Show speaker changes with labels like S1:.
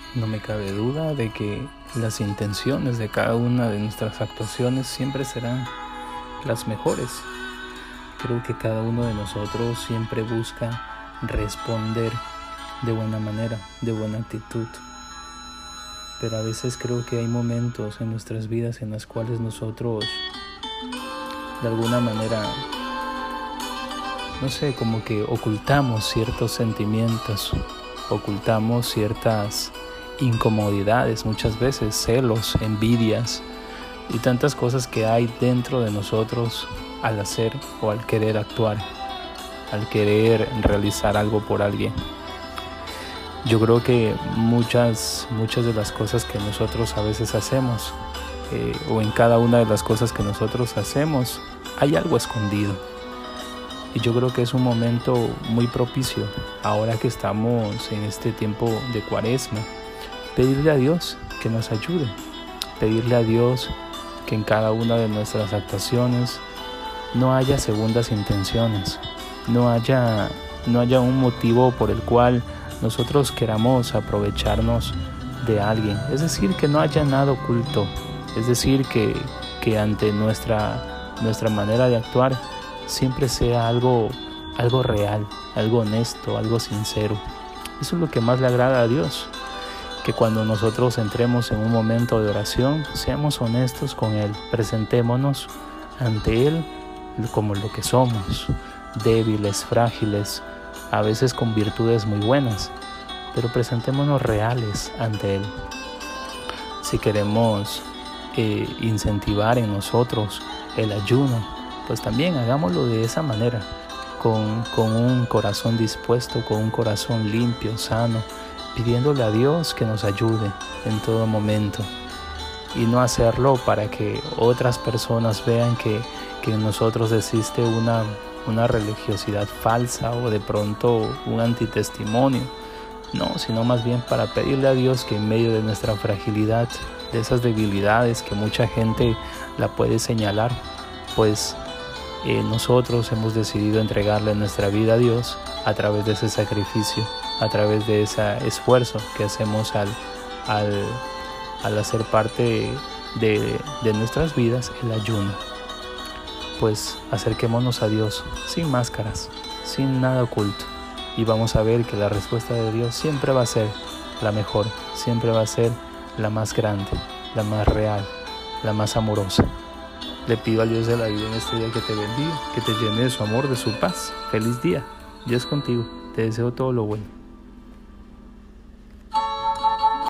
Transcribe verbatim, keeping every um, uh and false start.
S1: No me cabe duda de que las intenciones de cada una de nuestras actuaciones siempre serán las mejores. Creo que cada uno de nosotros siempre busca responder de buena manera, de buena actitud. Pero a veces creo que hay momentos en nuestras vidas en los cuales nosotros, de alguna manera, no sé, como que ocultamos ciertos sentimientos, ocultamos ciertas incomodidades, muchas veces celos, envidias y tantas cosas que hay dentro de nosotros al hacer o al querer actuar, al querer realizar algo por alguien. Yo creo que muchas, muchas de las cosas que nosotros a veces hacemos, eh, o en cada una de las cosas que nosotros hacemos, hay algo escondido. Y yo creo que es un momento muy propicio, ahora que estamos en este tiempo de Cuaresma, pedirle a Dios que nos ayude, pedirle a Dios que en cada una de nuestras actuaciones no haya segundas intenciones, no haya, no haya un motivo por el cual nosotros queramos aprovecharnos de alguien. Es decir, que no haya nada oculto, es decir, que, que ante nuestra, nuestra manera de actuar siempre sea algo, algo real, algo honesto, algo sincero. Eso es lo que más le agrada a Dios. Que cuando nosotros entremos en un momento de oración, seamos honestos con Él, presentémonos ante Él como lo que somos, débiles, frágiles, a veces con virtudes muy buenas, pero presentémonos reales ante Él. Si queremos eh, incentivar en nosotros el ayuno, pues también hagámoslo de esa manera, con, con un corazón dispuesto, con un corazón limpio, sano, pidiéndole a Dios que nos ayude en todo momento y no hacerlo para que otras personas vean que, que en nosotros existe una, una religiosidad falsa o de pronto un antitestimonio, no, sino más bien para pedirle a Dios que en medio de nuestra fragilidad, de esas debilidades que mucha gente la puede señalar, pues eh, nosotros hemos decidido entregarle nuestra vida a Dios a través de ese sacrificio, a través de ese esfuerzo que hacemos al, al, al hacer parte de, de nuestras vidas el ayuno. Pues acerquémonos a Dios sin máscaras, sin nada oculto, y vamos a ver que la respuesta de Dios siempre va a ser la mejor, siempre va a ser la más grande, la más real, la más amorosa. Le pido al Dios de la vida en este día que te bendiga, que te llene de su amor, de su paz. Feliz día, Dios contigo, te deseo todo lo bueno.